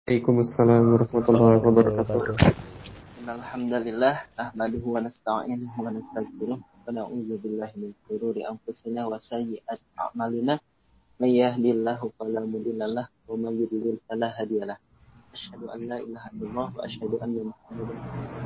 Waalaikumsalam warahmatullahi Warahmatullahi wabarakatuh. wabarakatuh. Alhamdulillah nahmaduhu wa nasta'inuhu wa nastaghfiruh wa na'udzu billahi min shururi anfusina wa sayyi'ati a'malina may yahdihillahu fala mudilla lahu wa may yudlil fala hadiya lahu. Asyhadu an la ilaha illallah wa asyhadu anna Muhammadan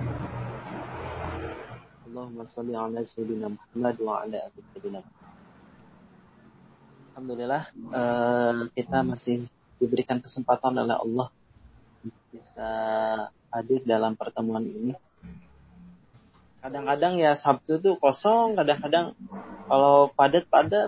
Allahumma shalli ala sayyidina Muhammad wa ala ali sayyidina. Alhamdulillah kita masih diberikan kesempatan oleh Allah bisa hadir dalam pertemuan ini. Kadang-kadang ya Sabtu tuh kosong, kadang-kadang kalau padat-padat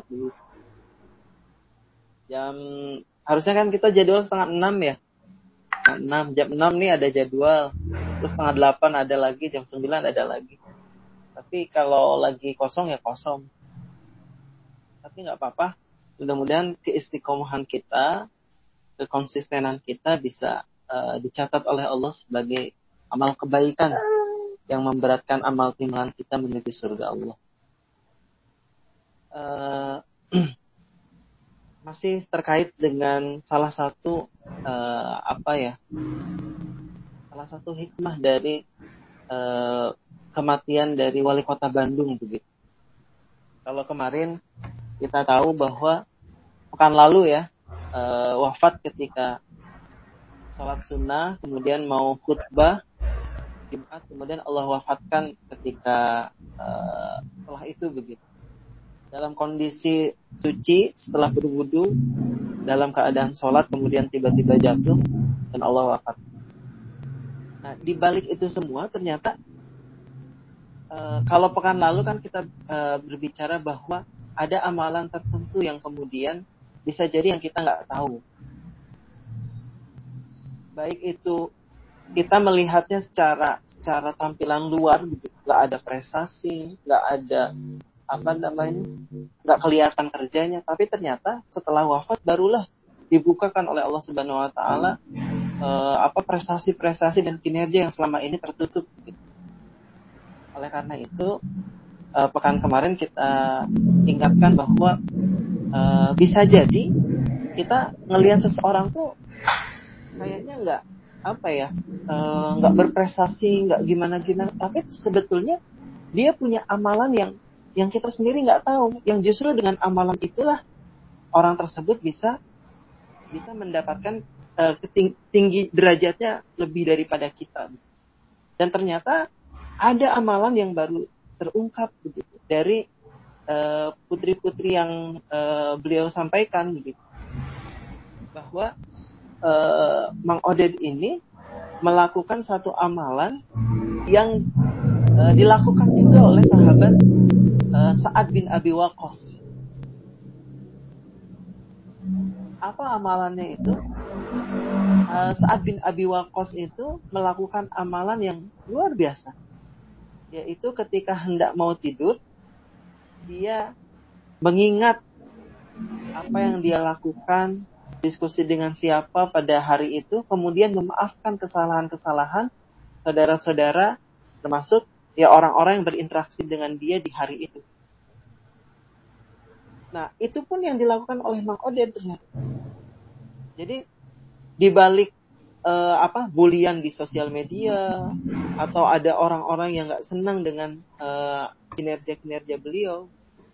jam harusnya kan kita jadwal 5:30 ya. Jam 6 nih ada jadwal. Terus 7:30 ada lagi, jam 9 ada lagi. Tapi kalau lagi kosong ya kosong. Tapi nggak apa-apa. Mudah-mudahan keistiqomahan kita, kekonsistenan kita bisa dicatat oleh Allah sebagai amal kebaikan yang memberatkan amal timbangan kita menuju surga Allah. Masih terkait dengan salah satu salah satu hikmah dari kematian dari wali kota Bandung begitu. Kalau kemarin kita tahu bahwa pekan lalu ya wafat ketika sholat sunnah, kemudian mau khutbah Jumat, kemudian Allah wafatkan ketika setelah itu begitu. Dalam kondisi suci setelah berwudu, dalam keadaan sholat, kemudian tiba-tiba jatuh dan Allah wafat. Nah, di balik itu semua ternyata kalau pekan lalu kan kita berbicara bahwa ada amalan tertentu yang kemudian bisa jadi yang kita nggak tahu. Baik itu kita melihatnya secara tampilan luar, gitu. Nggak ada prestasi, nggak ada nggak kelihatan kerjanya, tapi ternyata setelah wafat barulah dibukakan oleh Allah Subhanahu Wa Taala prestasi-prestasi dan kinerja yang selama ini tertutup. Gitu. Oleh karena itu pekan kemarin kita ingatkan bahwa bisa jadi kita ngelihat seseorang tuh kayaknya nggak berprestasi, nggak gimana, tapi sebetulnya dia punya amalan yang kita sendiri nggak tahu, yang justru dengan amalan itulah orang tersebut bisa mendapatkan tinggi derajatnya lebih daripada kita. Dan ternyata ada amalan yang baru terungkap begitu dari putri-putri yang beliau sampaikan begitu, bahwa Mang Oded ini melakukan satu amalan yang dilakukan juga oleh sahabat Sa'ad bin Abi Waqqas. Apa amalannya itu? Sa'ad bin Abi Waqqas itu melakukan amalan yang luar biasa, yaitu ketika hendak mau tidur, dia mengingat apa yang dia lakukan, diskusi dengan siapa pada hari itu, kemudian memaafkan kesalahan-kesalahan saudara-saudara, termasuk ya orang-orang yang berinteraksi dengan dia di hari itu. Nah, itu pun yang dilakukan oleh Mang Oded. Jadi di balik bulian di sosial media, atau ada orang-orang yang nggak senang dengan kinerja-kinerja beliau,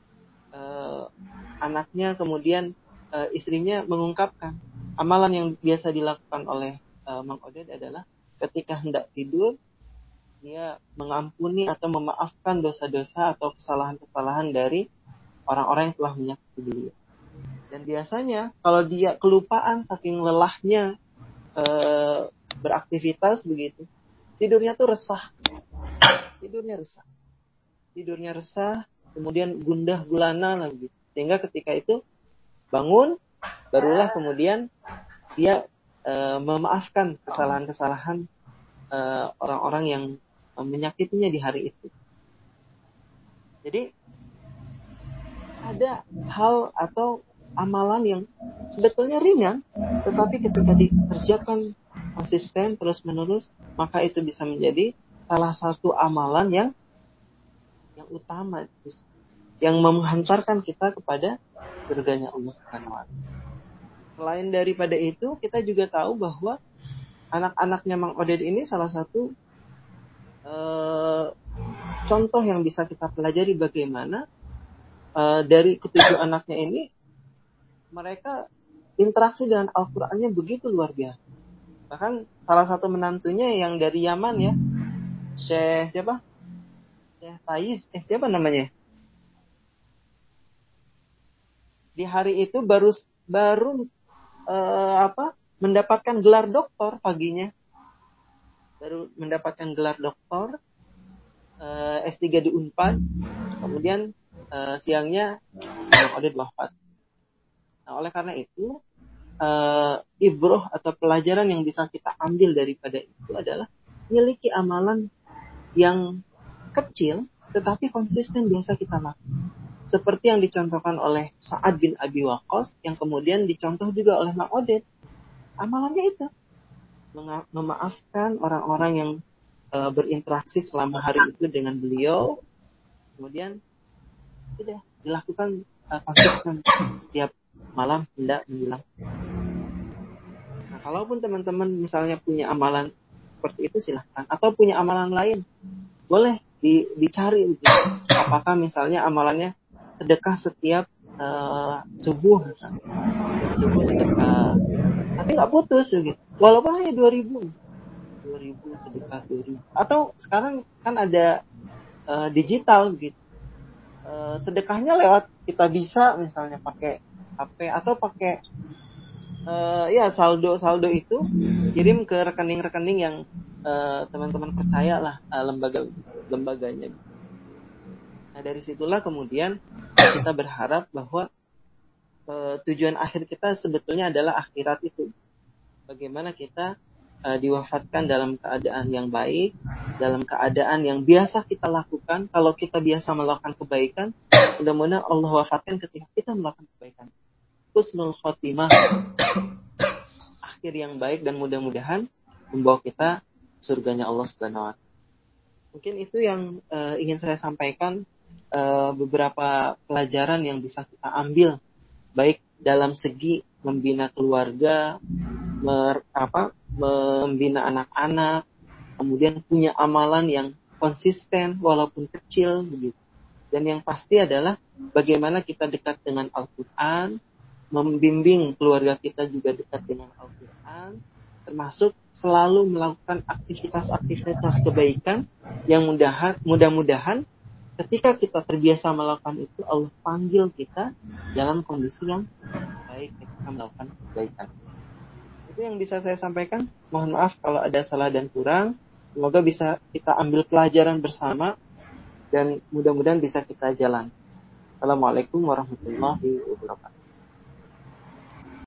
anaknya kemudian istrinya mengungkapkan amalan yang biasa dilakukan oleh Mang Oded adalah ketika hendak tidur dia mengampuni atau memaafkan dosa-dosa atau kesalahan-kesalahan dari orang-orang yang telah menyakiti beliau. Dan biasanya kalau dia kelupaan saking lelahnya beraktivitas begitu, tidurnya resah, kemudian gundah gulana lagi, sehingga ketika itu bangun, barulah kemudian dia memaafkan kesalahan-kesalahan orang-orang yang menyakitinya di hari itu. Jadi ada hal atau amalan yang sebetulnya ringan, tetapi ketika dikerjakan konsisten terus-menerus, maka itu bisa menjadi salah satu amalan yang utama, yang menghantarkan kita kepada surganya Allah Subhanahu wa Ta'ala. Selain daripada itu, kita juga tahu bahwa anak-anaknya Mang Oded ini salah satu contoh yang bisa kita pelajari bagaimana dari ketujuh anaknya ini mereka interaksi dengan Al-Qur'annya begitu luar biasa. Bahkan salah satu menantunya yang dari Yaman ya, Syekh siapa? Syekh Taiz, siapa namanya? Di hari itu baru mendapatkan gelar doktor paginya. Baru mendapatkan gelar doktor S3 di Unpad. Kemudian siangnya Bang Oded wafat. Nah, oleh karena itu ibroh atau pelajaran yang bisa kita ambil daripada itu adalah miliki amalan yang kecil tetapi konsisten biasa kita lakukan. Seperti yang dicontohkan oleh Sa'ad bin Abi Waqqas yang kemudian dicontoh juga oleh Mang Oded. Amalannya itu memaafkan orang-orang yang berinteraksi selama hari itu dengan beliau. Kemudian sudah dilakukan konsisten tiap malam hendak menjelang. Nah, kalaupun teman-teman misalnya punya amalan seperti itu silahkan, atau punya amalan lain boleh dicari gitu. Apakah misalnya amalannya sedekah setiap subuh misalnya. Setiap subuh sedekah, tapi nggak putus gitu. Walaupun hanya 2.000 sedekah 2.000. Atau sekarang kan ada digital gitu. Sedekahnya lewat kita bisa misalnya pakai HP atau pakai saldo itu kirim ke rekening-rekening yang teman-teman percaya lah lembaganya. Nah dari situlah kemudian kita berharap bahwa tujuan akhir kita sebetulnya adalah akhirat itu. Bagaimana kita diwafatkan dalam keadaan yang baik, dalam keadaan yang biasa kita lakukan. Kalau kita biasa melakukan kebaikan, mudah-mudahan Allah wafatkan ketika kita melakukan kebaikan. Husnul khotimah, akhir yang baik, dan mudah-mudahan membawa kita surganya Allah Subhanahu wa Ta'ala. Mungkin itu yang ingin saya sampaikan, beberapa pelajaran yang bisa kita ambil baik dalam segi membina keluarga, membina anak-anak, kemudian punya amalan yang konsisten walaupun kecil begitu. Dan yang pasti adalah bagaimana kita dekat dengan Al-Quran, membimbing keluarga kita juga dekat dengan Al-Quran, termasuk selalu melakukan aktivitas-aktivitas kebaikan yang mudah-mudahan ketika kita terbiasa melakukan itu, Allah panggil kita dalam kondisi yang baik ketika melakukan kebaikan. Itu yang bisa saya sampaikan. Mohon maaf kalau ada salah dan kurang. Semoga bisa kita ambil pelajaran bersama dan mudah-mudahan bisa kita jalan. Assalamualaikum warahmatullahi wabarakatuh.